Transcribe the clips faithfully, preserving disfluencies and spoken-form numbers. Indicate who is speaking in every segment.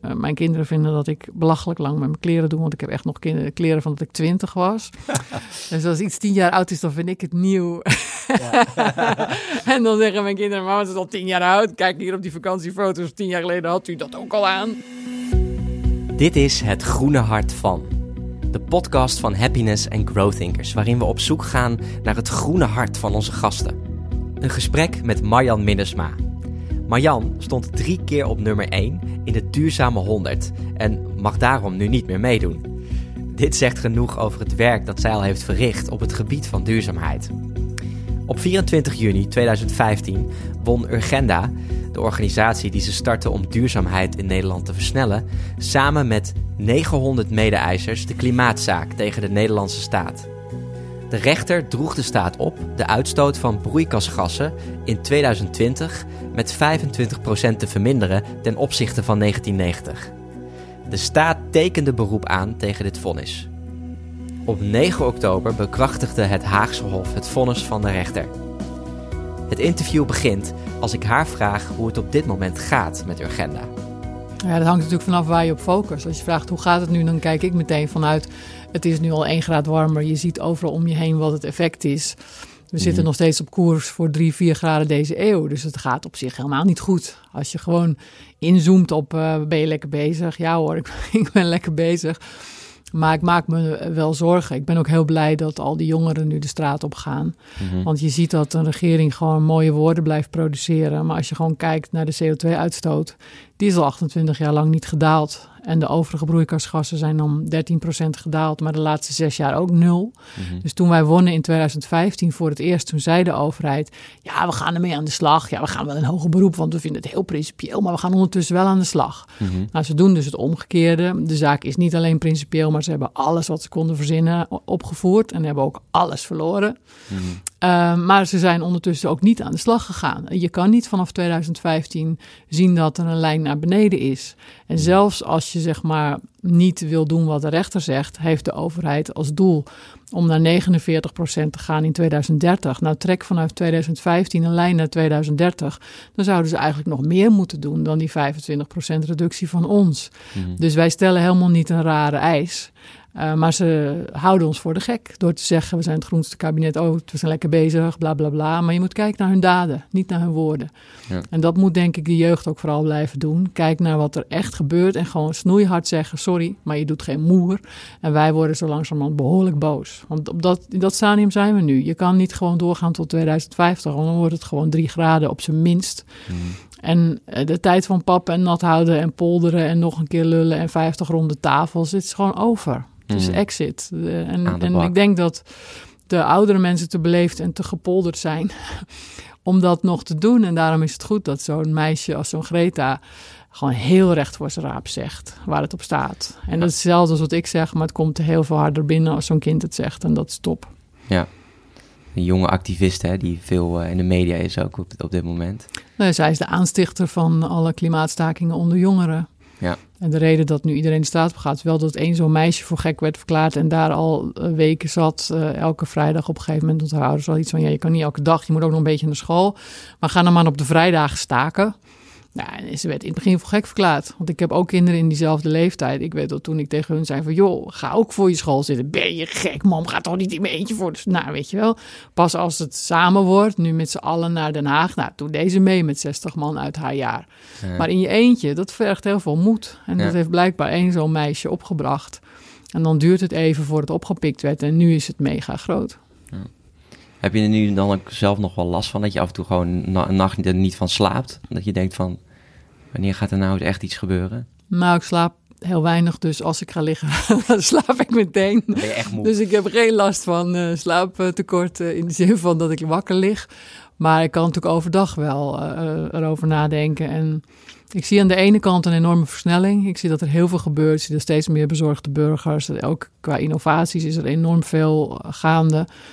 Speaker 1: Uh, mijn kinderen vinden dat ik belachelijk lang met mijn kleren doe, want ik heb echt nog kinderen, kleren van dat ik twintig was. Dus als iets tien jaar oud is, dan vind ik het nieuw. Ja. En dan zeggen mijn kinderen, mama, het is al tien jaar oud. Kijk hier op die vakantiefoto's, tien jaar geleden had u dat ook al aan.
Speaker 2: Dit is Het Groene Hart van, de podcast van Happiness en Growthinkers, waarin we op zoek gaan naar het groene hart van onze gasten. Een gesprek met Marjan Minnesma. Marjan stond drie keer op nummer één in de duurzame honderd en mag daarom nu niet meer meedoen. Dit zegt genoeg over het werk dat zij al heeft verricht op het gebied van duurzaamheid. Op vierentwintig juni tweeduizend vijftien won Urgenda, de organisatie die ze startte om duurzaamheid in Nederland te versnellen, samen met negenhonderd mede-eisers de klimaatzaak tegen de Nederlandse staat. De rechter droeg de staat op de uitstoot van broeikasgassen in tweeduizend twintig met vijfentwintig procent te verminderen ten opzichte van negentien negentig. De staat tekende beroep aan tegen dit vonnis. Op negen oktober bekrachtigde het Haagse Hof het vonnis van de rechter. Het interview begint als ik haar vraag hoe het op dit moment gaat met Urgenda.
Speaker 1: Ja, dat hangt natuurlijk vanaf waar je op focust. Als je vraagt hoe gaat het nu, dan kijk ik meteen vanuit het is nu al één graad warmer. Je ziet overal om je heen wat het effect is. We mm-hmm. zitten nog steeds op koers voor drie, vier graden deze eeuw. Dus het gaat op zich helemaal niet goed. Als je gewoon inzoomt op uh, ben je lekker bezig? Ja hoor, ik, ik ben lekker bezig. Maar ik maak me wel zorgen. Ik ben ook heel blij dat al die jongeren nu de straat op gaan. Mm-hmm. Want je ziet dat een regering gewoon mooie woorden blijft produceren. Maar als je gewoon kijkt naar de C O twee uitstoot... die is al achtentwintig jaar lang niet gedaald. En de overige broeikasgassen zijn dan dertien procent gedaald... maar de laatste zes jaar ook nul. Mm-hmm. Dus toen wij wonnen in tweeduizend vijftien voor het eerst... toen zei de overheid, ja, we gaan ermee aan de slag. Ja, we gaan wel een hoger beroep, want we vinden het heel principieel... maar we gaan ondertussen wel aan de slag. Mm-hmm. Nou, ze doen dus het omgekeerde. De zaak is niet alleen principieel... maar ze hebben alles wat ze konden verzinnen opgevoerd... en hebben ook alles verloren. Mm-hmm. Uh, maar ze zijn ondertussen ook niet aan de slag gegaan. Je kan niet vanaf tweeduizend vijftien zien dat er een lijn naar beneden is. En zelfs als je zeg maar niet wil doen wat de rechter zegt... heeft de overheid als doel om naar negenenveertig procent te gaan in tweeduizend dertig. Nou, trek vanuit tweeduizend vijftien een lijn naar tweeduizend dertig... dan zouden ze eigenlijk nog meer moeten doen... dan die vijfentwintig procent reductie van ons. Mm. Dus wij stellen helemaal niet een rare eis... Uh, maar ze houden ons voor de gek door te zeggen... we zijn het groenste kabinet, oh, we zijn lekker bezig, bla bla bla. Maar je moet kijken naar hun daden, niet naar hun woorden. Ja. En dat moet denk ik de jeugd ook vooral blijven doen. Kijk naar wat er echt gebeurt en gewoon snoeihard zeggen... sorry, maar je doet geen moer. En wij worden zo langzamerhand behoorlijk boos. Want op dat, in dat stadium zijn we nu. Je kan niet gewoon doorgaan tot tweeduizend vijftig... want dan wordt het gewoon drie graden op zijn minst... Mm. En de tijd van pappen en nat houden en polderen... en nog een keer lullen en vijftig ronde tafels... het is gewoon over. Het is exit. Uh, en en ik denk dat de oudere mensen te beleefd en te gepolderd zijn... om dat nog te doen. En daarom is het goed dat zo'n meisje als zo'n Greta... gewoon heel recht voor zijn raap zegt waar het op staat. En dat is hetzelfde als wat ik zeg... maar het komt heel veel harder binnen als zo'n kind het zegt. En dat is top.
Speaker 2: Ja. Een jonge activist hè, die veel uh, in de media is ook op, op dit moment.
Speaker 1: Nee, zij is de aanstichter van alle klimaatstakingen onder jongeren. Ja. En de reden dat nu iedereen de straat op gaat... is wel dat één zo'n meisje voor gek werd verklaard... en daar al uh, weken zat. Uh, elke vrijdag op een gegeven moment onthouden ze al iets van... ja, je kan niet elke dag, je moet ook nog een beetje naar school. Maar ga dan maar op de vrijdagen staken... Ja, en ze werd in het begin voor gek verklaard. Want ik heb ook kinderen in diezelfde leeftijd. Ik weet dat toen ik tegen hun zei van... joh, ga ook voor je school zitten. Ben je gek, mam? Ga toch niet in mijn eentje voor de... Nou, weet je wel. Pas als het samen wordt, nu met z'n allen naar Den Haag... nou, doe deze mee met zestig man uit haar jaar. Ja. Maar in je eentje, dat vergt heel veel moed. En ja. dat heeft blijkbaar één zo'n meisje opgebracht. En dan duurt het even voordat het opgepikt werd. En nu is het mega groot.
Speaker 2: Ja. Heb je er nu dan ook zelf nog wel last van... dat je af en toe gewoon na- een nacht er niet van slaapt? Dat je denkt van... wanneer gaat er nou echt iets gebeuren?
Speaker 1: Nou, ik slaap heel weinig, dus als ik ga liggen, dan slaap ik meteen.
Speaker 2: Dan ben je echt moe.
Speaker 1: Dus ik heb geen last van uh, slaaptekort uh, in de zin van dat ik wakker lig. Maar ik kan natuurlijk overdag wel uh, erover nadenken. En ik zie aan de ene kant een enorme versnelling. Ik zie dat er heel veel gebeurt. Ik zie er steeds meer bezorgde burgers. Ook qua innovaties is er enorm veel gaande.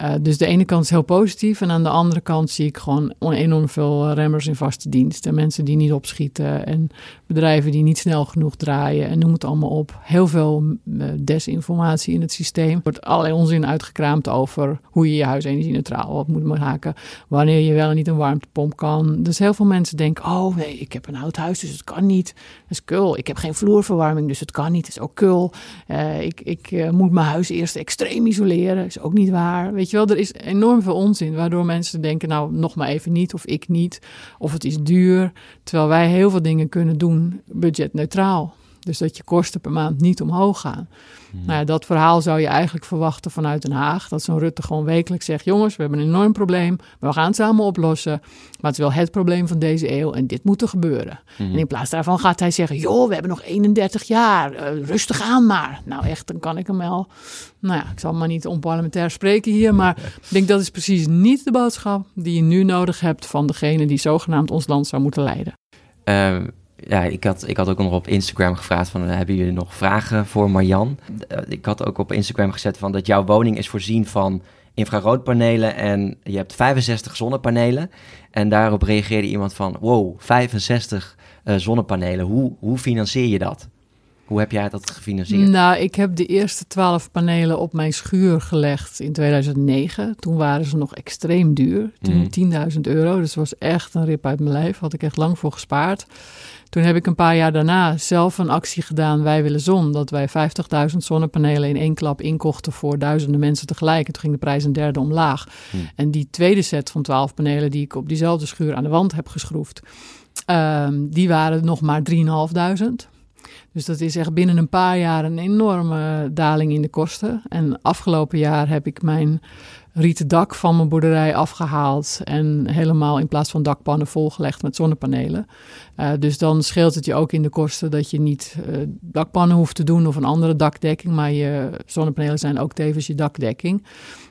Speaker 1: Uh, dus de ene kant is heel positief en aan de andere kant zie ik gewoon enorm veel remmers in vaste dienst. En mensen die niet opschieten en bedrijven die niet snel genoeg draaien en noem het allemaal op. Heel veel uh, desinformatie in het systeem. Er wordt allerlei onzin uitgekraamd over hoe je je huis energie-neutraal op moet maken. Wanneer je wel en niet een warmtepomp kan. Dus heel veel mensen denken, oh nee, ik heb een oud huis, dus het kan niet. Dat is kul. Ik heb geen vloerverwarming, dus het kan niet. Dat is ook kul. Uh, ik ik uh, moet mijn huis eerst extreem isoleren. Dat is ook niet waar. Weet je wel, er is enorm veel onzin, waardoor mensen denken, nou, nog maar even niet, of ik niet, of het is duur. Terwijl wij heel veel dingen kunnen doen, budgetneutraal. Dus dat je kosten per maand niet omhoog gaan. Hmm. Nou ja, dat verhaal zou je eigenlijk verwachten vanuit Den Haag. Dat zo'n Rutte gewoon wekelijks zegt, jongens, we hebben een enorm probleem, maar we gaan het samen oplossen. Maar het is wel het probleem van deze eeuw en dit moet er gebeuren. Hmm. En in plaats daarvan gaat hij zeggen, joh, we hebben nog eenendertig jaar, uh, rustig aan maar. Nou echt, dan kan ik hem wel... Nou ja, ik zal maar niet onparlementair spreken hier, maar ik denk dat is precies niet de boodschap die je nu nodig hebt van degene die zogenaamd ons land zou moeten leiden.
Speaker 2: Uh... Ja, ik had, ik had ook nog op Instagram gevraagd van, hebben jullie nog vragen voor Marjan? Ik had ook op Instagram gezet van dat jouw woning is voorzien van infraroodpanelen en je hebt vijfenzestig zonnepanelen. En daarop reageerde iemand van, wow, vijfenzestig uh, zonnepanelen, hoe, hoe financier je dat? Hoe heb jij dat gefinancierd?
Speaker 1: Nou, ik heb de eerste twaalf panelen op mijn schuur gelegd in tweeduizend negen. Toen waren ze nog extreem duur, mm. tienduizend euro. Dus dat was echt een rip uit mijn lijf, had ik echt lang voor gespaard. Toen heb ik een paar jaar daarna zelf een actie gedaan, Wij Willen Zon. Dat wij vijftigduizend zonnepanelen in één klap inkochten voor duizenden mensen tegelijk. En toen ging de prijs een derde omlaag. Hmm. En die tweede set van twaalf panelen die ik op diezelfde schuur aan de wand heb geschroefd, um, die waren nog maar drieduizend vijfhonderd. Dus dat is echt binnen een paar jaar een enorme daling in de kosten. En afgelopen jaar heb ik mijn rieten dak van mijn boerderij afgehaald en helemaal in plaats van dakpannen volgelegd met zonnepanelen. Uh, dus dan scheelt het je ook in de kosten dat je niet uh, dakpannen hoeft te doen of een andere dakdekking, maar je zonnepanelen zijn ook tevens je dakdekking.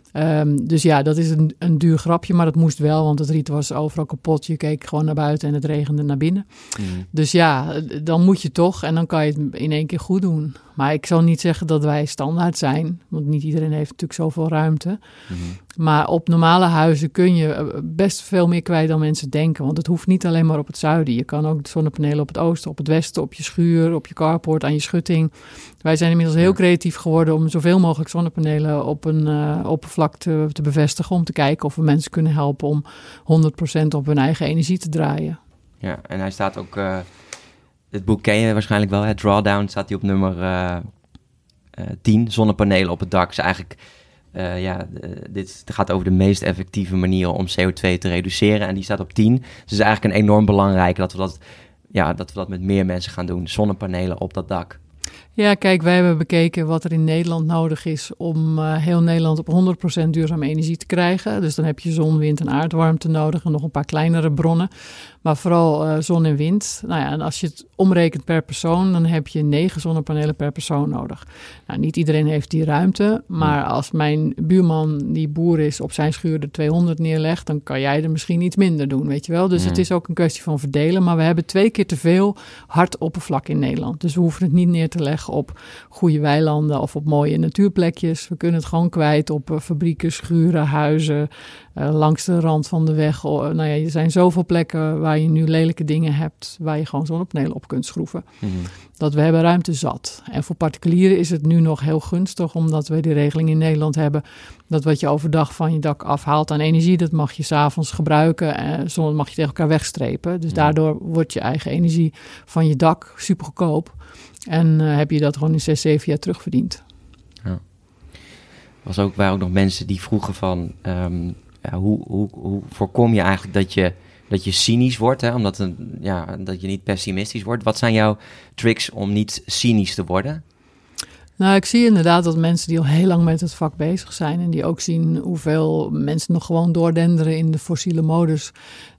Speaker 1: Um, dus ja, dat is een, een duur grapje, maar dat moest wel, want het riet was overal kapot. Je keek gewoon naar buiten en het regende naar binnen. Mm. Dus ja, dan moet je toch en dan kan je het in één keer goed doen. Maar ik zal niet zeggen dat wij standaard zijn, want niet iedereen heeft natuurlijk zoveel ruimte. Mm-hmm. Maar op normale huizen kun je best veel meer kwijt dan mensen denken, want het hoeft niet alleen maar op het zuiden. Je kan ook zonnepanelen op het oosten, op het westen, op je schuur, op je carport, aan je schutting. Wij zijn inmiddels heel creatief geworden om zoveel mogelijk zonnepanelen op een uh, oppervlak te, te bevestigen, om te kijken of we mensen kunnen helpen om honderd procent op hun eigen energie te draaien.
Speaker 2: Ja, en hij staat ook, uh, het boek ken je waarschijnlijk wel, hè? Drawdown staat hij op nummer uh, uh, tien, zonnepanelen op het dak. Is eigenlijk, uh, ja, uh, dit gaat over de meest effectieve manier om C O twee te reduceren en die staat op tien. Dus het is eigenlijk een enorm belangrijk dat we dat, ja, dat we dat met meer mensen gaan doen, zonnepanelen op dat dak.
Speaker 1: Ja, kijk, wij hebben bekeken wat er in Nederland nodig is om uh, heel Nederland op honderd procent duurzame energie te krijgen. Dus dan heb je zon, wind en aardwarmte nodig en nog een paar kleinere bronnen. Maar vooral uh, zon en wind. Nou ja, en als je het omrekent per persoon, dan heb je negen zonnepanelen per persoon nodig. Nou, niet iedereen heeft die ruimte, maar als mijn buurman die boer is op zijn schuur er tweehonderd neerlegt, dan kan jij er misschien iets minder doen, weet je wel. Dus mm. het is ook een kwestie van verdelen, maar we hebben twee keer te veel hard oppervlak in Nederland. Dus we hoeven het niet neer te leggen op goede weilanden of op mooie natuurplekjes. We kunnen het gewoon kwijt op uh, fabrieken, schuren, huizen, uh, langs de rand van de weg. Uh, nou ja, er zijn zoveel plekken waar je nu lelijke dingen hebt, waar je gewoon zonnepanelen op kunt schroeven. Mm-hmm. Dat we hebben ruimte zat. En voor particulieren is het nu nog heel gunstig, omdat we die regeling in Nederland hebben, dat wat je overdag van je dak afhaalt aan energie, dat mag je 's avonds gebruiken en soms mag je tegen elkaar wegstrepen. Dus mm. daardoor wordt je eigen energie van je dak super goedkoop. En uh, heb je dat gewoon in zes, zeven jaar terugverdiend.
Speaker 2: Ja. Was ook, waren ook nog mensen die vroegen van, um, ja, hoe, hoe, hoe voorkom je eigenlijk dat je, dat je cynisch wordt, hè? Omdat een, ja, dat je niet pessimistisch wordt. Wat zijn jouw tricks om niet cynisch te worden?
Speaker 1: Nou, ik zie inderdaad dat mensen die al heel lang met het vak bezig zijn en die ook zien hoeveel mensen nog gewoon doordenderen in de fossiele modus,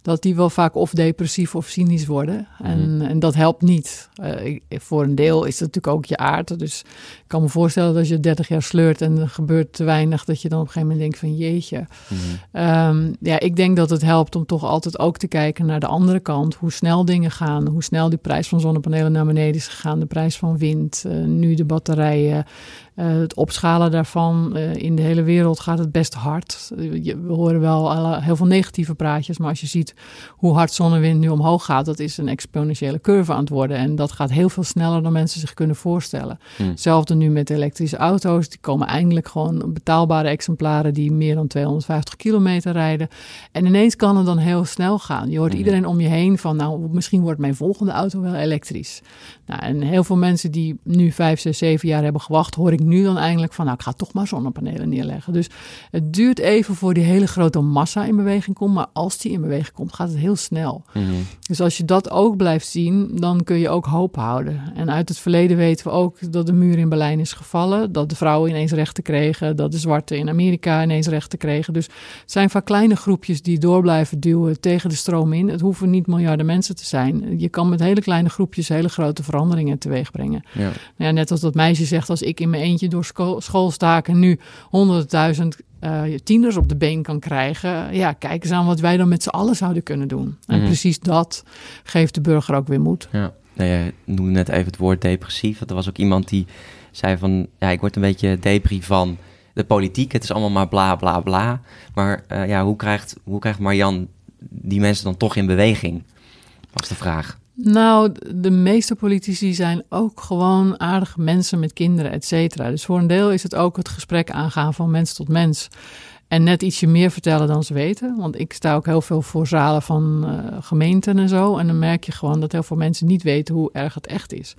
Speaker 1: dat die wel vaak of depressief of cynisch worden. En, mm. en dat helpt niet. Uh, ik, voor een deel is het natuurlijk ook je aard. Dus ik kan me voorstellen dat als je dertig jaar sleurt en er gebeurt te weinig, dat je dan op een gegeven moment denkt van jeetje. Mm. Um, ja, ik denk dat het helpt om toch altijd ook te kijken naar de andere kant. Hoe snel dingen gaan, hoe snel die prijs van zonnepanelen naar beneden is gegaan, de prijs van wind, uh, nu de batterijen. Uh, het opschalen daarvan uh, in de hele wereld gaat het best hard. Uh, je, we horen wel alle, heel veel negatieve praatjes, maar als je ziet hoe hard zonnewind nu omhoog gaat, dat is een exponentiële curve aan het worden. En dat gaat heel veel sneller dan mensen zich kunnen voorstellen. Hmm. Hetzelfde nu met elektrische auto's. Die komen eindelijk gewoon betaalbare exemplaren die meer dan tweehonderdvijftig kilometer rijden. En ineens kan het dan heel snel gaan. Je hoort hmm. iedereen om je heen van, nou, misschien wordt mijn volgende auto wel elektrisch. Nou, en heel veel mensen die nu vijf, zes, zeven jaar hebben gewacht, hoor ik nu dan eigenlijk van, nou, ik ga toch maar zonnepanelen neerleggen. Dus het duurt even voor die hele grote massa in beweging komt, maar als die in beweging komt, gaat het heel snel. Mm-hmm. Dus als je dat ook blijft zien, dan kun je ook hoop houden. En uit het verleden weten we ook dat de muur in Berlijn is gevallen, dat de vrouwen ineens rechten kregen, dat de zwarten in Amerika ineens rechten kregen. Dus het zijn vaak kleine groepjes die door blijven duwen tegen de stroom in. Het hoeven niet miljarden mensen te zijn. Je kan met hele kleine groepjes hele grote veranderingen teweeg brengen. Ja. Nou ja, net als dat meisje zegt, als ik in mijn eentje door school, school sta en nu honderdduizend uh, tieners op de been kan krijgen. Ja, kijk eens aan wat wij dan met z'n allen zouden kunnen doen. En mm-hmm. precies dat geeft de burger ook weer moed.
Speaker 2: Ja, nou, je noemde net even het woord depressief. Er was ook iemand die zei van, ja, ik word een beetje depri van de politiek. Het is allemaal maar bla, bla, bla. Maar uh, ja, hoe krijgt, hoe krijgt Marjan die mensen dan toch in beweging? Was de vraag.
Speaker 1: Nou, de meeste politici zijn ook gewoon aardige mensen met kinderen, et cetera. Dus voor een deel is het ook het gesprek aangaan van mens tot mens. En net ietsje meer vertellen dan ze weten. Want ik sta ook heel veel voor zalen van uh, gemeenten en zo. En dan merk je gewoon dat heel veel mensen niet weten hoe erg het echt is.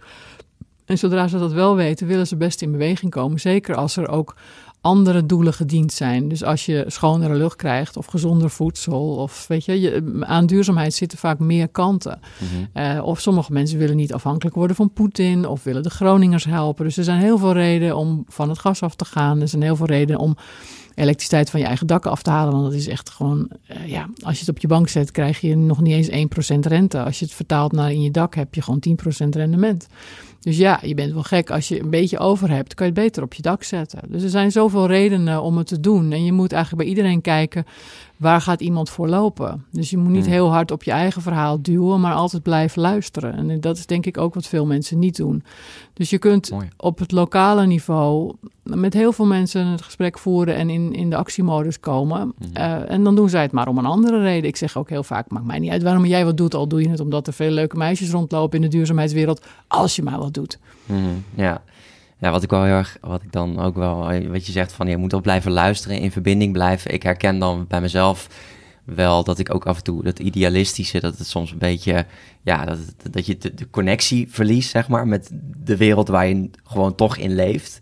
Speaker 1: En zodra ze dat wel weten, willen ze best in beweging komen. Zeker als er ook andere doelen gediend zijn. Dus als je schonere lucht krijgt of gezonder voedsel of weet je, je aan duurzaamheid zitten vaak meer kanten. Mm-hmm. Uh, of sommige mensen willen niet afhankelijk worden van Poetin of willen de Groningers helpen. Dus er zijn heel veel redenen om van het gas af te gaan. Er zijn heel veel redenen om elektriciteit van je eigen dak af te halen. Want dat is echt gewoon, uh, ja, als je het op je bank zet, krijg je nog niet eens één procent rente. Als je het vertaalt naar in je dak, heb je gewoon tien procent rendement. Dus ja, je bent wel gek. Als je een beetje over hebt, kan je het beter op je dak zetten. Dus er zijn zoveel redenen om het te doen. En je moet eigenlijk bij iedereen kijken, waar gaat iemand voor lopen? Dus je moet niet heel hard op je eigen verhaal duwen, maar altijd blijven luisteren. En dat is denk ik ook wat veel mensen niet doen. Dus je kunt Mooi. Op het lokale niveau met heel veel mensen het gesprek voeren en in, in de actiemodus komen. Mm. Uh, en dan doen zij het maar om een andere reden. Ik zeg ook heel vaak, maakt mij niet uit waarom jij wat doet. Al doe je het omdat er veel leuke meisjes rondlopen in de duurzaamheidswereld. Als je maar wat doet.
Speaker 2: Mm, ja. Ja, wat ik wel heel erg, wat ik dan ook wel, wat je zegt van je moet ook blijven luisteren, in verbinding blijven. Ik herken dan bij mezelf wel dat ik ook af en toe dat idealistische, dat het soms een beetje, ja, dat, dat je de, de connectie verliest, zeg maar, met de wereld waar je gewoon toch in leeft.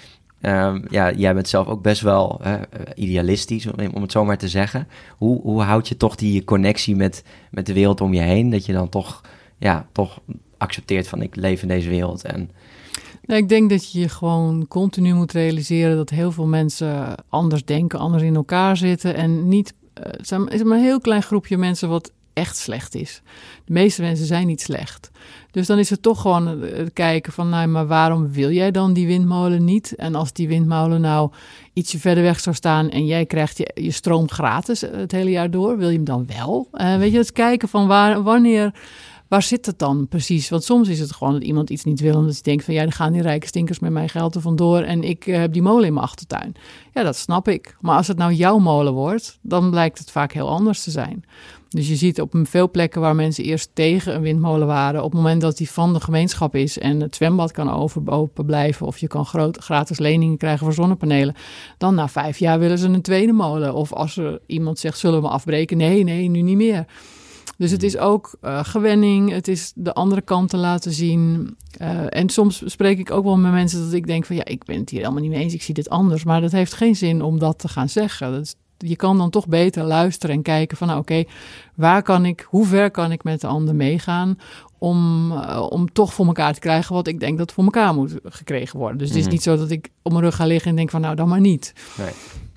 Speaker 2: Um, ja, jij bent zelf ook best wel uh, idealistisch, om, om het zo maar te zeggen. Hoe, hoe houd je toch die connectie met, met de wereld om je heen, dat je dan toch, ja, toch accepteert van ik leef in deze wereld en...
Speaker 1: Nou, ik denk dat je je gewoon continu moet realiseren dat heel veel mensen anders denken, anders in elkaar zitten. En niet, uh, het is maar een heel klein groepje mensen wat echt slecht is. De meeste mensen zijn niet slecht. Dus dan is het toch gewoon het kijken van, nou, maar waarom wil jij dan die windmolen niet? En als die windmolen nou ietsje verder weg zou staan en jij krijgt je, je stroom gratis het hele jaar door, wil je hem dan wel? Uh, weet je, het kijken van waar, wanneer... Waar zit het dan precies? Want soms is het gewoon dat iemand iets niet wil, omdat hij denkt van ja, dan gaan die rijke stinkers met mijn geld er vandoor en ik uh, heb die molen in mijn achtertuin. Ja, dat snap ik. Maar als het nou jouw molen wordt, dan blijkt het vaak heel anders te zijn. Dus je ziet op veel plekken waar mensen eerst tegen een windmolen waren, op het moment dat die van de gemeenschap is en het zwembad kan over, open blijven of je kan groot, gratis leningen krijgen voor zonnepanelen, dan na vijf jaar willen ze een tweede molen. Of als er iemand zegt, zullen we afbreken? Nee, nee, nu niet meer. Dus het is ook uh, gewenning, het is de andere kant te laten zien. Uh, en soms spreek ik ook wel met mensen dat ik denk van ja, ik ben het hier helemaal niet mee eens, ik zie dit anders. Maar dat heeft geen zin om dat te gaan zeggen. Dat is, je kan dan toch beter luisteren en kijken van nou oké, okay, waar kan ik, hoe ver kan ik met de ander meegaan om, uh, om toch voor elkaar te krijgen wat ik denk dat voor elkaar moet gekregen worden. Dus mm-hmm. Het is niet zo dat ik op mijn rug ga liggen en denk van nou dan maar niet.
Speaker 2: Nee.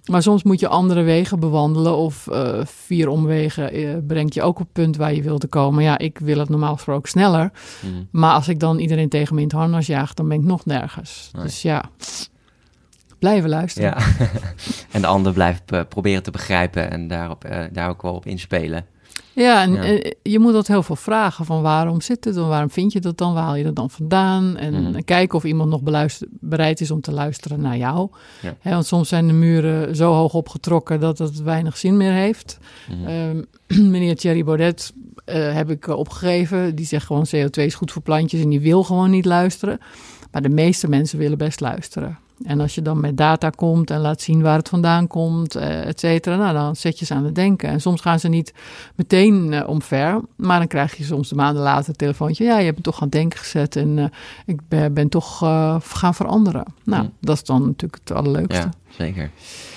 Speaker 1: Maar soms moet je andere wegen bewandelen of uh, vier omwegen uh, brengt je ook op het punt waar je wilde komen. Ja, ik wil het normaal gesproken sneller. Mm. Maar als ik dan iedereen tegen me in het harnas jaag, dan ben ik nog nergens. Nee. Dus ja, blijven luisteren.
Speaker 2: Ja. En de ander blijft uh, proberen te begrijpen en daarop, uh, daar ook wel op inspelen.
Speaker 1: Ja, en ja. je moet dat heel veel vragen van waarom zit het en waarom vind je dat dan, waar haal je dat dan vandaan? En mm. kijken of iemand nog beluister, bereid is om te luisteren naar jou. Ja. He, want soms zijn de muren zo hoog opgetrokken dat het weinig zin meer heeft. Mm. Uh, meneer Thierry Baudet uh, heb ik uh, opgegeven. Die zegt gewoon C O twee is goed voor plantjes en die wil gewoon niet luisteren. Maar de meeste mensen willen best luisteren. En als je dan met data komt en laat zien waar het vandaan komt, uh, et cetera, nou, dan zet je ze aan het denken. En soms gaan ze niet meteen uh, omver, maar dan krijg je soms de maanden later een telefoontje. Ja, je hebt me toch aan het denken gezet en uh, ik ben, ben toch uh, gaan veranderen. Nou, mm. dat is dan natuurlijk het allerleukste.
Speaker 2: Ja, zeker.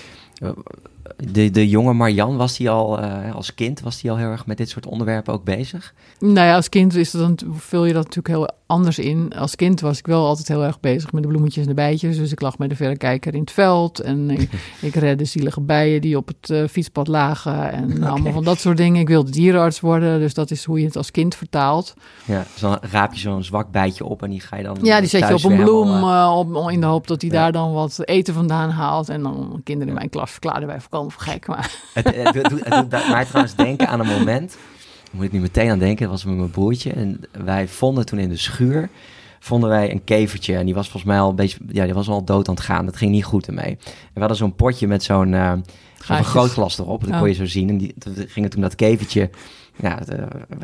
Speaker 2: De, de jonge Marjan, was die al uh, als kind, was die al heel erg met dit soort onderwerpen ook bezig?
Speaker 1: Nou ja, als kind is het dan, vul je dat natuurlijk heel anders in. Als kind was ik wel altijd heel erg bezig met de bloemetjes en de bijtjes. Dus ik lag met de verrekijker in het veld. En ik, ik redde zielige bijen die op het uh, fietspad lagen. En okay. allemaal van dat soort dingen. Ik wilde dierenarts worden. Dus dat is hoe je het als kind vertaalt.
Speaker 2: Ja, dus dan raap je zo'n zwak bijtje op en die ga je dan
Speaker 1: Ja, die zet je op een bloem helemaal, uh, op, in de hoop dat hij ja. daar dan wat eten vandaan haalt. En dan kinderen in mijn klas verklaarden wij voorkomen voor gek. Maar.
Speaker 2: Het, het, het, het, het doet mij trouwens denken aan een moment... moet ik nu meteen aan denken, dat was met mijn broertje. En wij vonden toen in de schuur, vonden wij een kevertje. En die was volgens mij al een beetje, ja, die was al dood aan het gaan. Dat ging niet goed ermee. En we hadden zo'n potje met zo'n uh, zo'n vergrootglas erop. Dat oh. kon je zo zien. En die gingen toen dat kevertje, ja, dat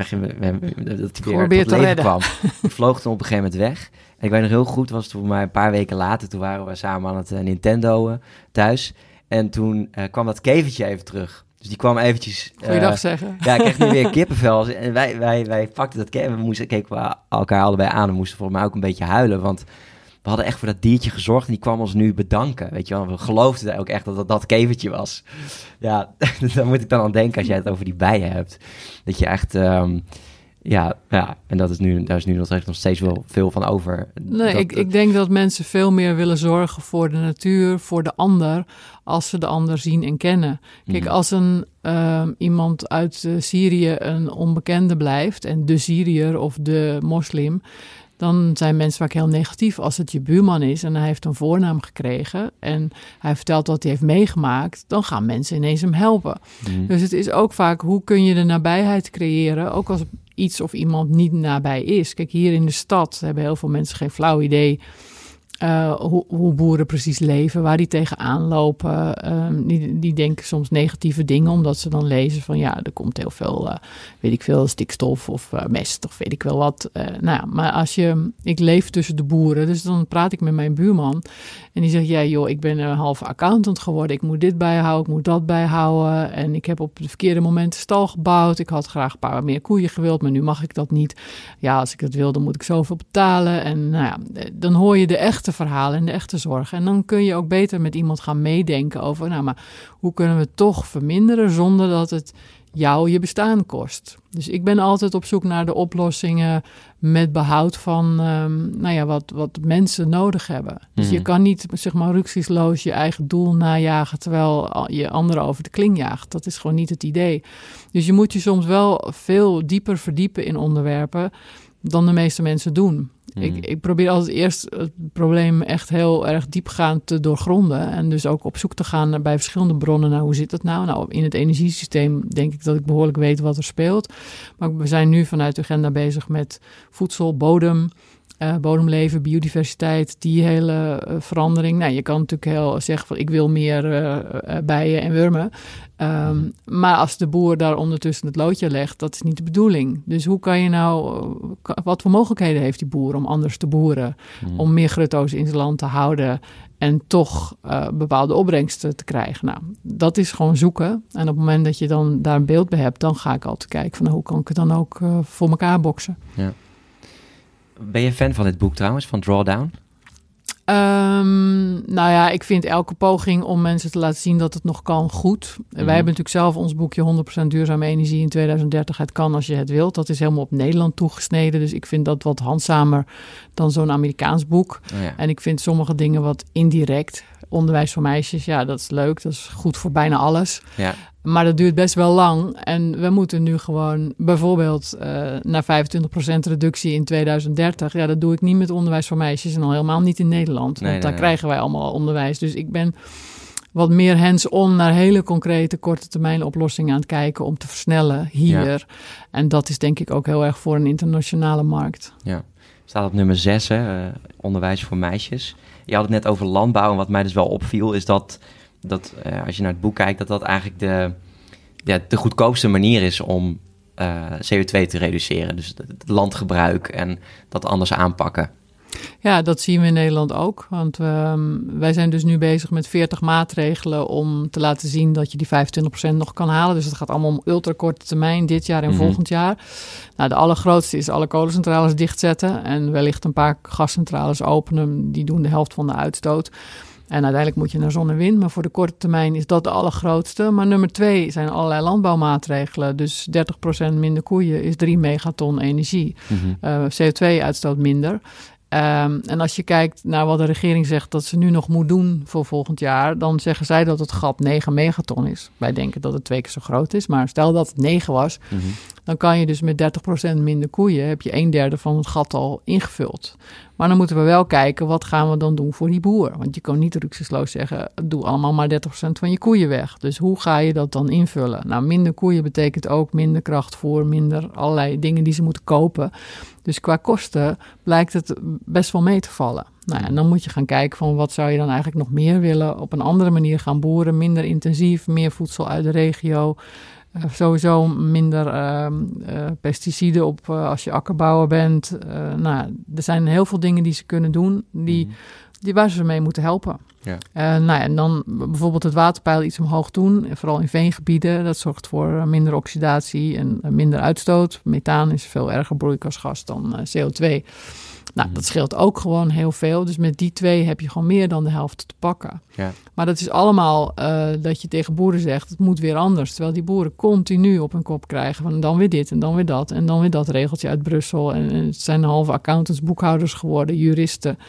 Speaker 2: hij weer tot leven kwam. Die vloog toen op een gegeven moment weg. En ik weet nog heel goed, was toen maar een paar weken later, toen waren we samen aan het uh, Nintendo uh, thuis. En toen uh, kwam dat kevertje even terug. Dus die kwam eventjes...
Speaker 1: Goeiedag uh, zeggen.
Speaker 2: Ja, ik kreeg nu weer kippenvel. En wij, wij, wij pakten dat kever. We moesten, keken we elkaar allebei aan. We moesten volgens mij ook een beetje huilen. Want we hadden echt voor dat diertje gezorgd. En die kwam ons nu bedanken. Weet je wel, we geloofden ook echt dat het dat kevertje was. Ja, daar moet ik dan aan denken als jij het over die bijen hebt. Dat je echt... Um, Ja, ja, en dat is nu, daar is nu nog steeds wel veel van over.
Speaker 1: Nee,
Speaker 2: dat,
Speaker 1: ik, ik denk dat mensen veel meer willen zorgen voor de natuur, voor de ander, als ze de ander zien en kennen. Kijk, mm. als een uh, iemand uit uh, Syrië een onbekende blijft, en de Syriër of de moslim, dan zijn mensen vaak heel negatief. Als het je buurman is en hij heeft een voornaam gekregen en hij vertelt wat hij heeft meegemaakt, dan gaan mensen ineens hem helpen. Mm. Dus het is ook vaak, hoe kun je de nabijheid creëren, ook als iets of iemand niet nabij is. Kijk, hier in de stad hebben heel veel mensen geen flauw idee Uh, hoe, hoe boeren precies leven, waar die tegenaan lopen. Um, die, die denken soms negatieve dingen, omdat ze dan lezen van ja, er komt heel veel, uh, weet ik veel, stikstof of uh, mest of weet ik wel wat. Uh, nou ja, maar als je, ik leef tussen de boeren, dus dan praat ik met mijn buurman en die zegt, ja joh, ik ben een halve accountant geworden, ik moet dit bijhouden, ik moet dat bijhouden en ik heb op de verkeerde momenten stal gebouwd, ik had graag een paar meer koeien gewild, maar nu mag ik dat niet. Ja, als ik dat wil, dan moet ik zoveel betalen en nou ja, dan hoor je de echte verhalen en de echte zorgen. En dan kun je ook beter met iemand gaan meedenken over, nou, maar hoe kunnen we het toch verminderen zonder dat het jou je bestaan kost. Dus ik ben altijd op zoek naar de oplossingen met behoud van, um, nou ja, wat, wat mensen nodig hebben. Dus mm. je kan niet, zeg maar, rücksichtsloos je eigen doel najagen terwijl je anderen over de kling jaagt. Dat is gewoon niet het idee. Dus je moet je soms wel veel dieper verdiepen in onderwerpen dan de meeste mensen doen. Mm. Ik, ik probeer altijd eerst het probleem echt heel erg diepgaand te doorgronden. En dus ook op zoek te gaan bij verschillende bronnen naar hoe zit het nou? Nou, in het energiesysteem denk ik dat ik behoorlijk weet wat er speelt. Maar we zijn nu vanuit de agenda bezig met voedsel, bodem, uh, bodemleven, biodiversiteit, die hele uh, verandering. Nou, je kan natuurlijk heel zeggen van ik wil meer uh, uh, bijen en wurmen. Um, maar als de boer daar ondertussen het loodje legt, dat is niet de bedoeling. Dus hoe kan je nou, wat voor mogelijkheden heeft die boer om anders te boeren? Mm. Om meer grutto's in zijn land te houden en toch uh, bepaalde opbrengsten te krijgen? Nou, dat is gewoon zoeken. En op het moment dat je dan daar een beeld bij hebt, dan ga ik altijd kijken van hoe kan ik het dan ook uh, voor elkaar boksen. Ja.
Speaker 2: Ben je fan van dit boek trouwens, van Drawdown?
Speaker 1: Um, nou ja, ik vind elke poging om mensen te laten zien dat het nog kan goed. Mm-hmm. Wij hebben natuurlijk zelf ons boekje honderd procent duurzame energie in tweeduizend dertig. Het kan als je het wilt. Dat is helemaal op Nederland toegesneden. Dus ik vind dat wat handzamer dan zo'n Amerikaans boek. Oh ja. En ik vind sommige dingen wat indirect. onderwijs voor meisjes, ja, dat is leuk. Dat is goed voor bijna alles.
Speaker 2: Ja.
Speaker 1: Maar dat duurt best wel lang. En we moeten nu gewoon bijvoorbeeld uh, naar vijfentwintig procent reductie in tweeduizend dertig. Ja, dat doe ik niet met onderwijs voor meisjes en al helemaal niet in Nederland.
Speaker 2: Nee,
Speaker 1: want daar
Speaker 2: nee,
Speaker 1: krijgen wij allemaal onderwijs. Dus ik ben wat meer hands-on naar hele concrete korte termijn oplossingen aan het kijken om te versnellen hier. Ja. En dat is denk ik ook heel erg voor een internationale markt.
Speaker 2: Ja, staat op nummer zes, hè, uh, onderwijs voor meisjes. Je had het net over landbouw en wat mij dus wel opviel is dat, dat uh, als je naar het boek kijkt, dat dat eigenlijk de, ja, de goedkoopste manier is om uh, C O twee te reduceren. Dus het, het landgebruik en dat anders aanpakken.
Speaker 1: Ja, dat zien we in Nederland ook. Want uh, wij zijn dus nu bezig met veertig maatregelen om te laten zien dat je die vijfentwintig procent nog kan halen. Dus het gaat allemaal om ultrakorte termijn, dit jaar en mm-hmm. volgend jaar. Nou, de allergrootste is alle kolencentrales dichtzetten en wellicht een paar gascentrales openen. Die doen de helft van de uitstoot. En uiteindelijk moet je naar zon en wind. Maar voor de korte termijn is dat de allergrootste. Maar nummer twee zijn allerlei landbouwmaatregelen. Dus dertig procent minder koeien is drie megaton energie. Mm-hmm. Uh, C O twee uitstoot minder. Um, en als je kijkt naar wat de regering zegt dat ze nu nog moet doen voor volgend jaar, dan zeggen zij dat het gat negen megaton is. Wij denken dat het twee keer zo groot is, maar stel dat het negen was, mm-hmm. dan kan je dus met dertig procent minder koeien, heb je een derde van het gat al ingevuld. Maar dan moeten we wel kijken, wat gaan we dan doen voor die boer? Want je kan niet rücksichtsloos zeggen, doe allemaal maar dertig procent van je koeien weg. Dus hoe ga je dat dan invullen? Nou, minder koeien betekent ook minder krachtvoer, minder allerlei dingen die ze moeten kopen. Dus qua kosten blijkt het best wel mee te vallen. Nou, en dan moet je gaan kijken van wat zou je dan eigenlijk nog meer willen? Op een andere manier gaan boeren, minder intensief, meer voedsel uit de regio. Uh, sowieso minder uh, uh, pesticiden op uh, als je akkerbouwer bent. Uh, nou, er zijn heel veel dingen die ze kunnen doen die, mm. die waar ze mee moeten helpen. Ja. Uh, nou, en dan bijvoorbeeld het waterpeil iets omhoog doen, vooral in veengebieden. Dat zorgt voor minder oxidatie en minder uitstoot. Methaan is veel erger broeikasgas dan uh, C O twee. Nou, dat scheelt ook gewoon heel veel. Dus met die twee heb je gewoon meer dan de helft te pakken. Ja. Maar dat is allemaal uh, dat je tegen boeren zegt, het moet weer anders. Terwijl die boeren continu op hun kop krijgen van dan weer dit en dan weer dat. En dan weer dat regeltje uit Brussel. En, en het zijn halve accountants, boekhouders geworden, juristen.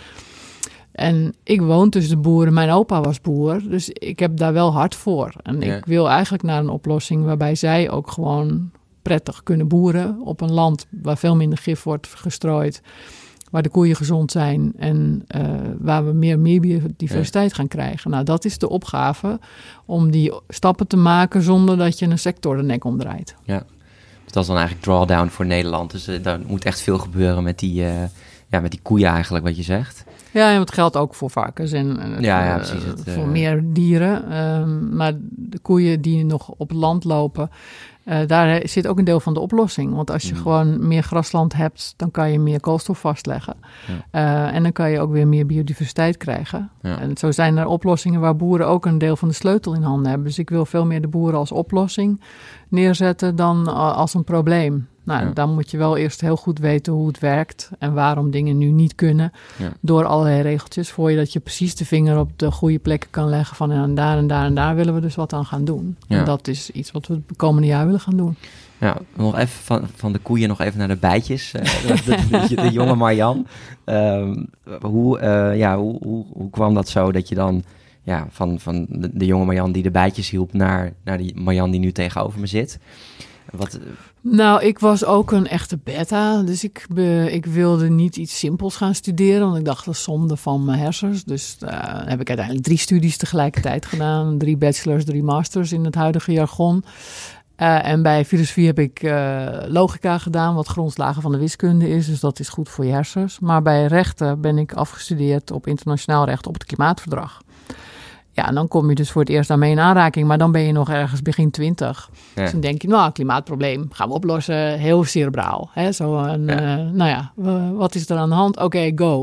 Speaker 1: En ik woon tussen de boeren. Mijn opa was boer, dus ik heb daar wel hard voor. En ja. ik wil eigenlijk naar een oplossing waarbij zij ook gewoon prettig kunnen boeren op een land waar veel minder gif wordt gestrooid, waar de koeien gezond zijn en uh, waar we meer, meer biodiversiteit ja. gaan krijgen. Nou, dat is de opgave om die stappen te maken zonder dat je een sector de nek omdraait.
Speaker 2: Ja, dus dat is dan eigenlijk drawdown voor Nederland. Dus uh, daar moet echt veel gebeuren met die, uh, ja, met die koeien eigenlijk, wat je zegt.
Speaker 1: Ja, en het geldt ook voor varkens en uh,
Speaker 2: ja, ja, precies het,
Speaker 1: voor
Speaker 2: uh,
Speaker 1: meer dieren. Um, maar de koeien die nog op het land lopen, Uh, daar zit ook een deel van de oplossing. Want als je mm. gewoon meer grasland hebt, dan kan je meer koolstof vastleggen. Ja. Uh, en dan kan je ook weer meer biodiversiteit krijgen. Ja. En zo zijn er oplossingen waar boeren ook een deel van de sleutel in handen hebben. Dus ik wil veel meer de boeren als oplossing neerzetten dan uh, als een probleem. Nou, ja. dan moet je wel eerst heel goed weten hoe het werkt en waarom dingen nu niet kunnen. Ja. Door allerlei regeltjes, voor je dat je precies de vinger op de goede plekken kan leggen van en daar en daar en daar willen we dus wat aan gaan doen. Ja. En dat is iets wat we het komende jaar willen gaan doen.
Speaker 2: Ja, nog even van, van de koeien nog even naar de bijtjes. Uh, de, de, de, de jonge Marjan. Uh, hoe, uh, ja, hoe, hoe, hoe kwam dat zo dat je dan ja, van, van de, de jonge Marjan die de bijtjes hielp naar, naar die Marjan die nu tegenover me zit? Wat...
Speaker 1: Nou, ik was ook een echte beta, dus ik, be, ik wilde niet iets simpels gaan studeren, want ik dacht dat is zonde van mijn hersens. Dus uh, heb ik uiteindelijk drie studies tegelijkertijd gedaan, drie bachelors, drie masters in het huidige jargon. Uh, en bij filosofie heb ik uh, logica gedaan, wat grondslagen van de wiskunde is, dus dat is goed voor je hersens. Maar bij rechten ben ik afgestudeerd op internationaal recht op het klimaatverdrag. Ja, en dan kom je dus voor het eerst daarmee in aanraking, maar dan ben je nog ergens begin twintig. Ja. Dus dan denk je, nou, klimaatprobleem gaan we oplossen, heel cerebraal. Hè? Zo een, ja. Uh, nou ja, wat is er aan de hand? Oké, okay, go.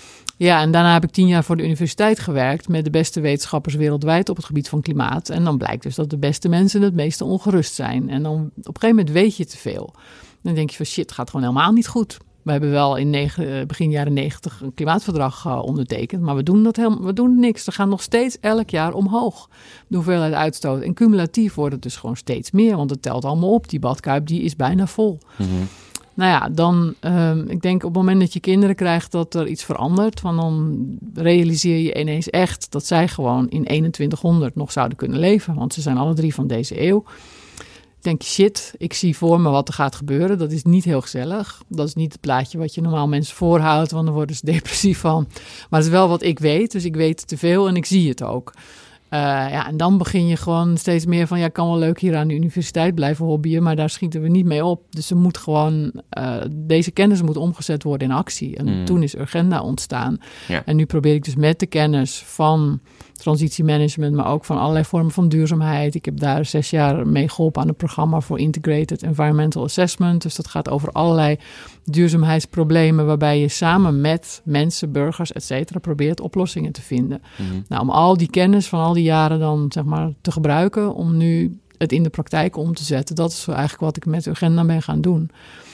Speaker 1: Ja, en daarna heb ik tien jaar voor de universiteit gewerkt met de beste wetenschappers wereldwijd op het gebied van klimaat. En dan blijkt dus dat de beste mensen het meeste ongerust zijn. En dan op een gegeven moment weet je te veel. Dan denk je van shit, het gaat gewoon helemaal niet goed. We hebben wel in negen, begin jaren negentig een klimaatverdrag uh, ondertekend, maar we doen, dat helemaal, we doen niks. We gaan nog steeds elk jaar omhoog, de hoeveelheid uitstoot. En cumulatief wordt het dus gewoon steeds meer, want het telt allemaal op. Die badkuip die is bijna vol. Mm-hmm. Nou ja, dan, um, ik denk op het moment dat je kinderen krijgt dat er iets verandert. Want dan realiseer je ineens echt dat zij gewoon in eenentwintighonderd nog zouden kunnen leven. Want ze zijn alle drie van deze eeuw. Denk je, shit, ik zie voor me wat er gaat gebeuren. Dat is niet heel gezellig. Dat is niet het plaatje wat je normaal mensen voorhoudt, want dan worden ze depressief van. Maar het is wel wat ik weet, dus ik weet te veel en ik zie het ook. Uh, ja, en dan begin je gewoon steeds meer van, ja, kan wel leuk hier aan de universiteit blijven hobbyen, maar daar schieten we niet mee op. Dus er moet gewoon, uh, deze kennis moet omgezet worden in actie. En mm. toen is Urgenda ontstaan. Ja. En nu probeer ik dus met de kennis van transitiemanagement, maar ook van allerlei vormen van duurzaamheid. Ik heb daar zes jaar mee geholpen aan het programma voor Integrated Environmental Assessment. Dus dat gaat over allerlei duurzaamheidsproblemen, waarbij je samen met mensen, burgers, et cetera, probeert oplossingen te vinden. Mm-hmm. Nou, om al die kennis van al die jaren dan, zeg maar, te gebruiken, om nu het in de praktijk om te zetten. Dat is eigenlijk wat ik met Urgenda ben gaan doen.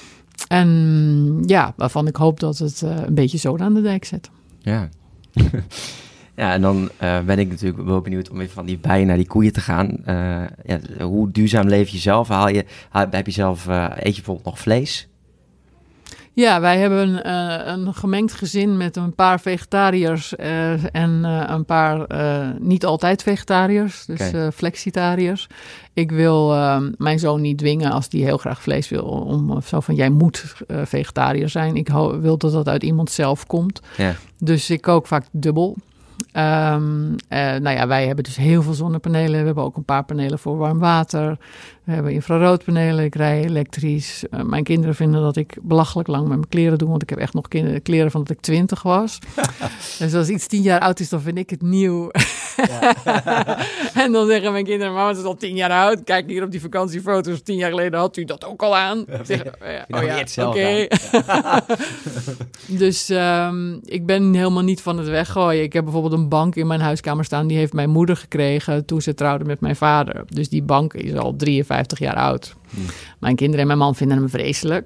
Speaker 1: En ja, waarvan ik hoop dat het uh, een beetje zoden aan de dijk zet.
Speaker 2: Ja. Ja, en dan uh, ben ik natuurlijk wel benieuwd om even van die bijen naar die koeien te gaan. Uh, ja, hoe duurzaam leef je zelf? Haal je, haal, heb je zelf, uh, eet je bijvoorbeeld nog vlees?
Speaker 1: Ja, wij hebben uh, een gemengd gezin met een paar vegetariërs uh, en uh, een paar uh, niet altijd vegetariërs, dus okay. uh, flexitariërs. Ik wil uh, mijn zoon niet dwingen als die heel graag vlees wil, om zo van, jij moet uh, vegetariër zijn. Ik ho- wil dat dat uit iemand zelf komt. Ja. Dus ik kook vaak dubbel. Um, uh, nou ja, wij hebben dus heel veel zonnepanelen. We hebben ook een paar panelen voor warm water. We hebben infraroodpanelen. Ik rij elektrisch. Uh, mijn kinderen vinden dat ik belachelijk lang met mijn kleren doe, want ik heb echt nog kinderen, kleren van dat ik twintig was. Dus als iets tien jaar oud is, dan vind ik het nieuw. Ja. En dan zeggen mijn kinderen, mama, het is al tien jaar oud. Kijk hier op die vakantiefoto's. Tien jaar geleden had u dat ook al aan. Ik zeg, oh ja, oh ja oké. Okay. Ja. Dus um, ik ben helemaal niet van het weggooien. Ik heb bijvoorbeeld een bank in mijn huiskamer staan. Die heeft mijn moeder gekregen toen ze trouwde met mijn vader. Dus die bank is al drieënvijftig jaar oud. Hmm. Mijn kinderen en mijn man vinden hem vreselijk.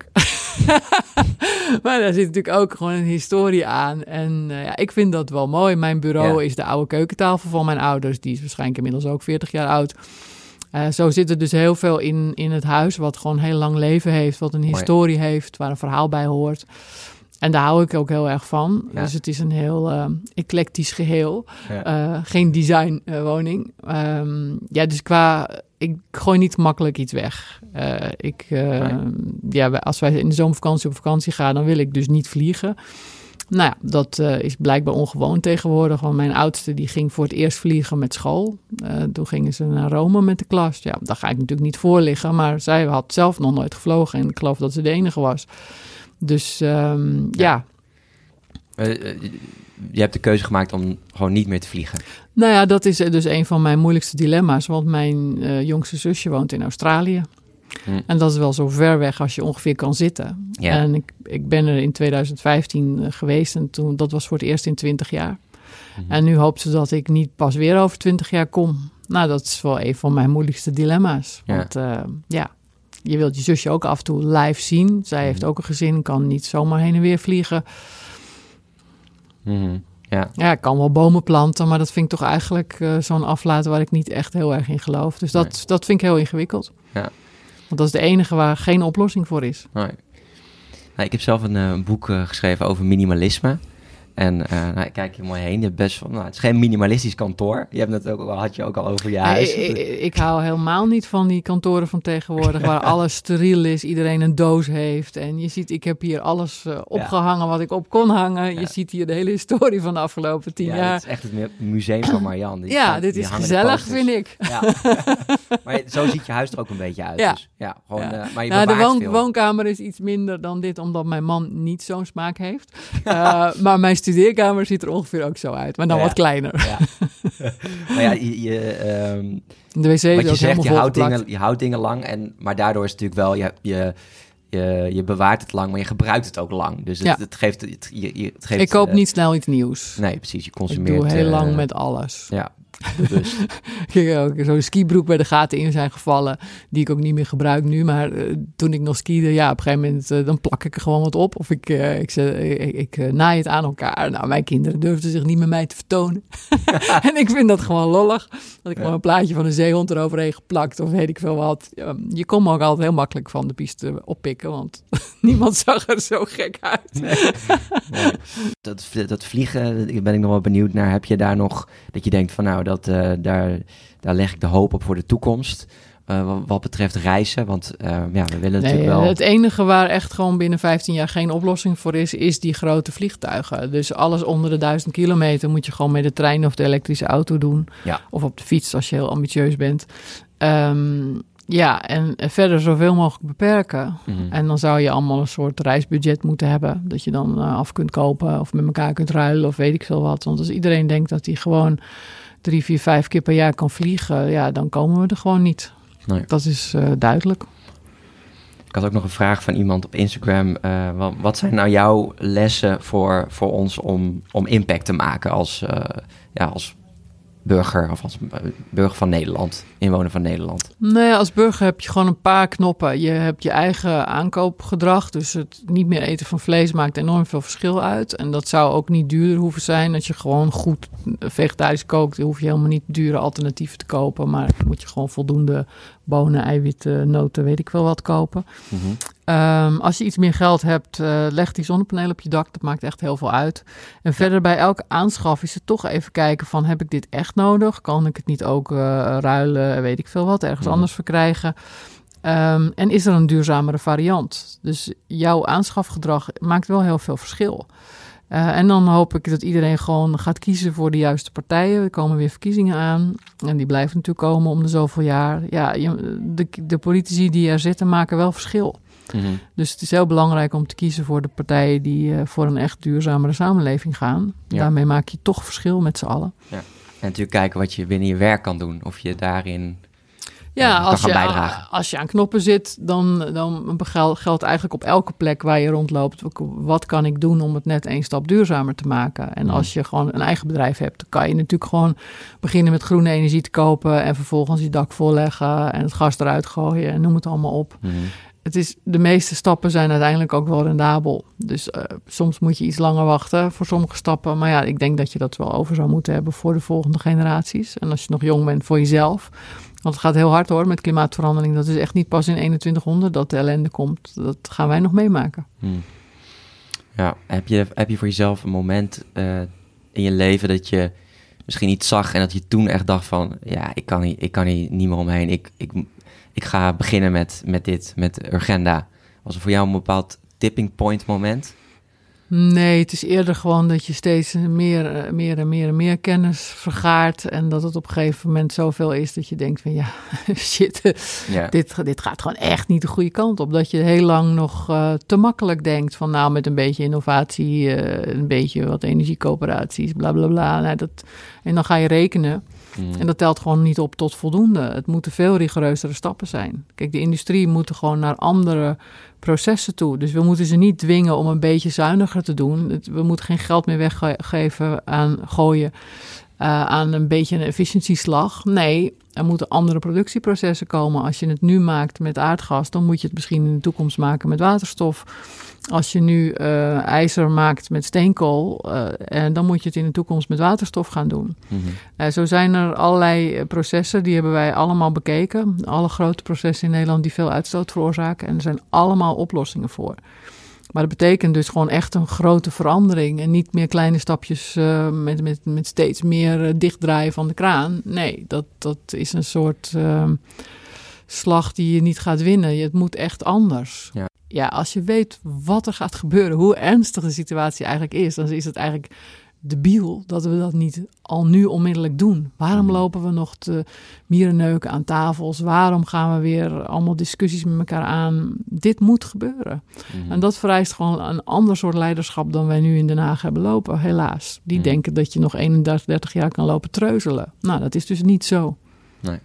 Speaker 1: Maar daar zit natuurlijk ook gewoon een historie aan. En uh, ja, ik vind dat wel mooi. Mijn bureau ja. is de oude keukentafel van mijn ouders. Die is waarschijnlijk inmiddels ook veertig jaar oud. Uh, zo zit er dus heel veel in, in het huis wat gewoon heel lang leven heeft. Wat een historie mooi. heeft, waar een verhaal bij hoort. En daar hou ik ook heel erg van. Ja. Dus het is een heel uh, eclectisch geheel. Ja. Uh, geen designwoning. Uh, um, ja, dus qua... Ik gooi niet makkelijk iets weg. Uh, ik, uh, nee. ja, als wij in de zomervakantie op vakantie gaan, dan wil ik dus niet vliegen. Nou ja, dat uh, is blijkbaar ongewoon tegenwoordig. Want mijn oudste die ging voor het eerst vliegen met school. Uh, toen gingen ze naar Rome met de klas. Ja, daar ga ik natuurlijk niet voor liggen. Maar zij had zelf nog nooit gevlogen. En ik geloof dat ze de enige was. Dus um, ja.
Speaker 2: ja. Uh, uh, je hebt de keuze gemaakt om gewoon niet meer te vliegen.
Speaker 1: Nou ja, dat is dus een van mijn moeilijkste dilemma's. Want mijn uh, jongste zusje woont in Australië. Hmm. En dat is wel zo ver weg als je ongeveer kan zitten. Ja. En ik, ik ben er in tweeduizend vijftien uh, geweest. En toen, dat was voor het eerst in twintig jaar. Hmm. En nu hoopt ze dat ik niet pas weer over twintig jaar kom. Nou, dat is wel een van mijn moeilijkste dilemma's. Ja. Want uh, ja, je wilt je zusje ook af en toe live zien. Zij hmm. heeft ook een gezin, kan niet zomaar heen en weer vliegen.
Speaker 2: Mm-hmm. Ja.
Speaker 1: ja, ik kan wel bomen planten, maar dat vind ik toch eigenlijk uh, zo'n aflaten waar ik niet echt heel erg in geloof. Dus dat, nee. dat vind ik heel ingewikkeld.
Speaker 2: Ja.
Speaker 1: Want dat is de enige waar geen oplossing voor is.
Speaker 2: Nee. Nou, ik heb zelf een, uh, een boek uh, geschreven over minimalisme. En uh, nou, ik kijk hier mooi heen. Je hebt best van, nou, het is geen minimalistisch kantoor. Je hebt het ook, had je ook al over je huis.
Speaker 1: Ik, ik, ik hou helemaal niet van die kantoren van tegenwoordig, waar alles steriel is, iedereen een doos heeft. En je ziet, ik heb hier alles uh, opgehangen ja. wat ik op kon hangen. Ja. Je ziet hier de hele historie van de afgelopen tien
Speaker 2: ja,
Speaker 1: jaar.
Speaker 2: Het is echt het museum van Marianne. Die
Speaker 1: ja,
Speaker 2: staan,
Speaker 1: dit is gezellig, vind ik.
Speaker 2: Ja. Maar zo ziet je huis er ook een beetje uit.
Speaker 1: Ja.
Speaker 2: Dus, ja, gewoon,
Speaker 1: ja.
Speaker 2: Uh, maar je
Speaker 1: nou, de woon,
Speaker 2: veel.
Speaker 1: woonkamer is iets minder dan dit, omdat mijn man niet zo'n smaak heeft. Uh, maar mijn studeerkamer ziet er ongeveer ook zo uit, maar dan ja. wat kleiner.
Speaker 2: Ja. Maar ja, je, je, um,
Speaker 1: de wc is
Speaker 2: wat
Speaker 1: ook
Speaker 2: je zegt, je houdt,
Speaker 1: dingen,
Speaker 2: je houdt dingen lang, en, maar daardoor is het natuurlijk wel, je, je, je, je bewaart het lang, maar je gebruikt het ook lang. Dus het, ja. het geeft... Het, je, het geeft
Speaker 1: ik koop
Speaker 2: uh,
Speaker 1: niet snel iets nieuws.
Speaker 2: Nee, precies, je consumeert...
Speaker 1: Ik doe heel
Speaker 2: uh,
Speaker 1: lang met alles.
Speaker 2: Ja. bewust.
Speaker 1: Ik ook zo'n skibroek bij de gaten in zijn gevallen, die ik ook niet meer gebruik nu. Maar uh, toen ik nog skiede, ja, op een gegeven moment, uh, dan plak ik er gewoon wat op. Of ik, uh, ik, ik, ik, ik uh, naai het aan elkaar. Nou, mijn kinderen durfden zich niet met mij te vertonen. En ik vind dat gewoon lollig. Dat ik ja. gewoon een plaatje van een zeehond eroverheen geplakt, of weet ik veel wat. Ja, je kon me ook altijd heel makkelijk van de piste oppikken, want niemand zag er zo gek uit. Nee.
Speaker 2: Nee. Dat, dat vliegen, daar ben ik nog wel benieuwd naar. Heb je daar nog, dat je denkt van nou, dat, uh, daar, daar leg ik de hoop op voor de toekomst. Uh, wat betreft reizen, want uh, ja, we willen
Speaker 1: nee,
Speaker 2: natuurlijk wel...
Speaker 1: Het enige waar echt gewoon binnen vijftien jaar geen oplossing voor is, is die grote vliegtuigen. Dus alles onder de duizend kilometer moet je gewoon met de trein of de elektrische auto doen.
Speaker 2: Ja.
Speaker 1: Of op de fiets als je heel ambitieus bent. Um, ja, en verder zoveel mogelijk beperken. Mm-hmm. En dan zou je allemaal een soort reisbudget moeten hebben, dat je dan uh, af kunt kopen of met elkaar kunt ruilen of weet ik veel wat. Want als iedereen denkt dat hij gewoon drie, vier, vijf keer per jaar kan vliegen, ja, dan komen we er gewoon niet. Nee. Dat is uh, duidelijk.
Speaker 2: Ik had ook nog een vraag van iemand op Instagram. Uh, wat, wat zijn nou jouw lessen voor, voor ons om, om impact te maken als, uh, ja, als burger of als burger van Nederland, inwoner van Nederland?
Speaker 1: Nee, als burger heb je gewoon een paar knoppen. Je hebt je eigen aankoopgedrag, dus het niet meer eten van vlees maakt enorm veel verschil uit. En dat zou ook niet duurder hoeven zijn. Als je gewoon goed vegetarisch kookt, dan hoef je helemaal niet dure alternatieven te kopen, maar moet je gewoon voldoende bonen, eiwitten, noten, weet ik wel wat kopen. Mm-hmm. Um, als je iets meer geld hebt, uh, leg die zonnepanelen op je dak. Dat maakt echt heel veel uit. En verder bij elke aanschaf is het toch even kijken van, heb ik dit echt nodig? Kan ik het niet ook uh, ruilen, weet ik veel wat, ergens mm-hmm. anders verkrijgen? Um, en is er een duurzamere variant? Dus jouw aanschafgedrag maakt wel heel veel verschil. Uh, en dan hoop ik dat iedereen gewoon gaat kiezen voor de juiste partijen. Er komen weer verkiezingen aan. En die blijven natuurlijk komen om de zoveel jaar. Ja, je, de, de politici die er zitten maken wel verschil. Mm-hmm. Dus het is heel belangrijk om te kiezen voor de partijen die uh, voor een echt duurzamere samenleving gaan. Ja. Daarmee maak je toch verschil met z'n allen.
Speaker 2: Ja. En natuurlijk kijken wat je binnen je werk kan doen. Of je daarin...
Speaker 1: Ja, als je, als je aan knoppen zit, dan, dan geldt eigenlijk op elke plek waar je rondloopt, wat kan ik doen om het net één stap duurzamer te maken? En als je gewoon een eigen bedrijf hebt, dan kan je natuurlijk gewoon beginnen met groene energie te kopen en vervolgens je dak volleggen en het gas eruit gooien en noem het allemaal op. Mm-hmm. Het is, de meeste stappen zijn uiteindelijk ook wel rendabel. Dus uh, soms moet je iets langer wachten voor sommige stappen. Maar ja, ik denk dat je dat wel over zou moeten hebben voor de volgende generaties. En als je nog jong bent, voor jezelf. Want het gaat heel hard hoor met klimaatverandering. Dat is echt niet pas in eenentwintighonderd dat de ellende komt. Dat gaan wij nog meemaken.
Speaker 2: Hmm. Ja, heb je, heb je voor jezelf een moment uh, in je leven dat je misschien iets zag en dat je toen echt dacht van, ja, ik kan hier, ik kan hier niet meer omheen. Ik, ik, ik ga beginnen met, met dit, met Urgenda. Was er voor jou een bepaald tipping point moment?
Speaker 1: Nee, het is eerder gewoon dat je steeds meer, meer en meer en meer kennis vergaart. En dat het op een gegeven moment zoveel is dat je denkt van ja, shit, ja. Dit, dit gaat gewoon echt niet de goede kant op. Dat je heel lang nog uh, te makkelijk denkt van nou, met een beetje innovatie, uh, een beetje wat energiecoöperaties, bla bla bla. Nou, dat, en dan ga je rekenen. Mm. En dat telt gewoon niet op tot voldoende. Het moeten veel rigoureuzere stappen zijn. Kijk, de industrie moet gewoon naar andere processen toe. Dus we moeten ze niet dwingen om een beetje zuiniger te doen. We moeten geen geld meer weggeven aan gooien uh, aan een beetje een efficiëntieslag. Nee, er moeten andere productieprocessen komen. Als je het nu maakt met aardgas, dan moet je het misschien in de toekomst maken met waterstof. Als je nu uh, ijzer maakt met steenkool, uh, en dan moet je het in de toekomst met waterstof gaan doen. Mm-hmm. Uh, zo zijn er allerlei processen, die hebben wij allemaal bekeken. Alle grote processen in Nederland die veel uitstoot veroorzaken. En er zijn allemaal oplossingen voor. Maar dat betekent dus gewoon echt een grote verandering. En niet meer kleine stapjes uh, met, met, met steeds meer uh, dichtdraaien van de kraan. Nee, dat, dat is een soort uh, slag die je niet gaat winnen. Het moet echt anders. Ja. Ja, als je weet wat er gaat gebeuren, hoe ernstig de situatie eigenlijk is, dan is het eigenlijk debiel dat we dat niet al nu onmiddellijk doen. Waarom lopen we nog te mierenneuken aan tafels? Waarom gaan we weer allemaal discussies met elkaar aan? Dit moet gebeuren. Mm-hmm. En dat vereist gewoon een ander soort leiderschap dan wij nu in Den Haag hebben lopen, helaas. Die mm-hmm. denken dat je nog eenendertig, dertig jaar kan lopen treuzelen. Nou, dat is dus niet zo.
Speaker 2: Nee.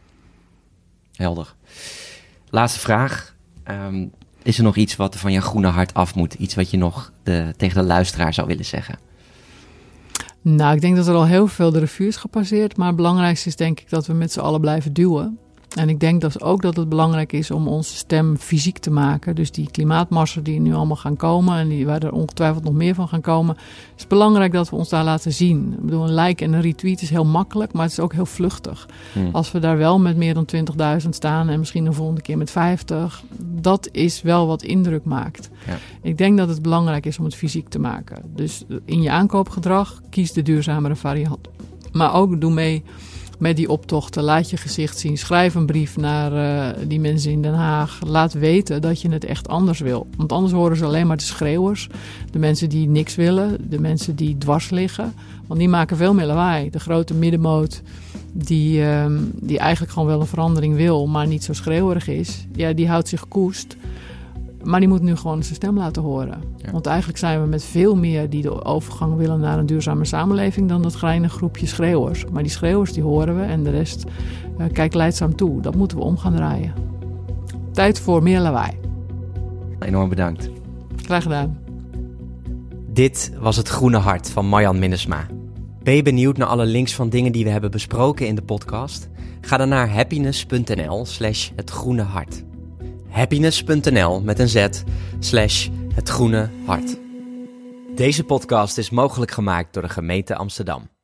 Speaker 2: Helder. Laatste vraag. Um, is er nog iets wat er van je groene hart af moet? Iets wat je nog de, tegen de luisteraar zou willen zeggen?
Speaker 1: Nou, ik denk dat er al heel veel de revue is gepasseerd. Maar het belangrijkste is denk ik dat we met z'n allen blijven duwen. En ik denk dus ook dat het belangrijk is om onze stem fysiek te maken. Dus die klimaatmarsen die nu allemaal gaan komen en die, waar er ongetwijfeld nog meer van gaan komen. Het is belangrijk dat we ons daar laten zien. Ik bedoel, een like en een retweet is heel makkelijk, maar het is ook heel vluchtig. Hmm. Als we daar wel met meer dan twintigduizend staan en misschien de volgende keer met vijftig. Dat is wel wat indruk maakt. Ja. Ik denk dat het belangrijk is om het fysiek te maken. Dus in je aankoopgedrag kies de duurzamere variant. Maar ook doe mee met die optochten. Laat je gezicht zien. Schrijf een brief naar uh, die mensen in Den Haag. Laat weten dat je het echt anders wil. Want anders horen ze alleen maar de schreeuwers. De mensen die niks willen. De mensen die dwars liggen. Want die maken veel meer lawaai. De grote middenmoot die, uh, die eigenlijk gewoon wel een verandering wil, maar niet zo schreeuwerig is. Ja, die houdt zich koest. Maar die moet nu gewoon zijn stem laten horen. Ja. Want eigenlijk zijn we met veel meer die de overgang willen naar een duurzame samenleving dan dat kleine groepje schreeuwers. Maar die schreeuwers die horen we en de rest uh, kijkt leidzaam toe. Dat moeten we om gaan draaien. Tijd voor meer lawaai.
Speaker 2: Enorm bedankt.
Speaker 1: Graag gedaan.
Speaker 2: Dit was Het Groene Hart van Marjan Minnesma. Ben je benieuwd naar alle links van dingen die we hebben besproken in de podcast? Ga dan naar happiness.nl slash het groene hart. happiness.nl met een z slash het groene hart. Deze podcast is mogelijk gemaakt door de gemeente Amsterdam.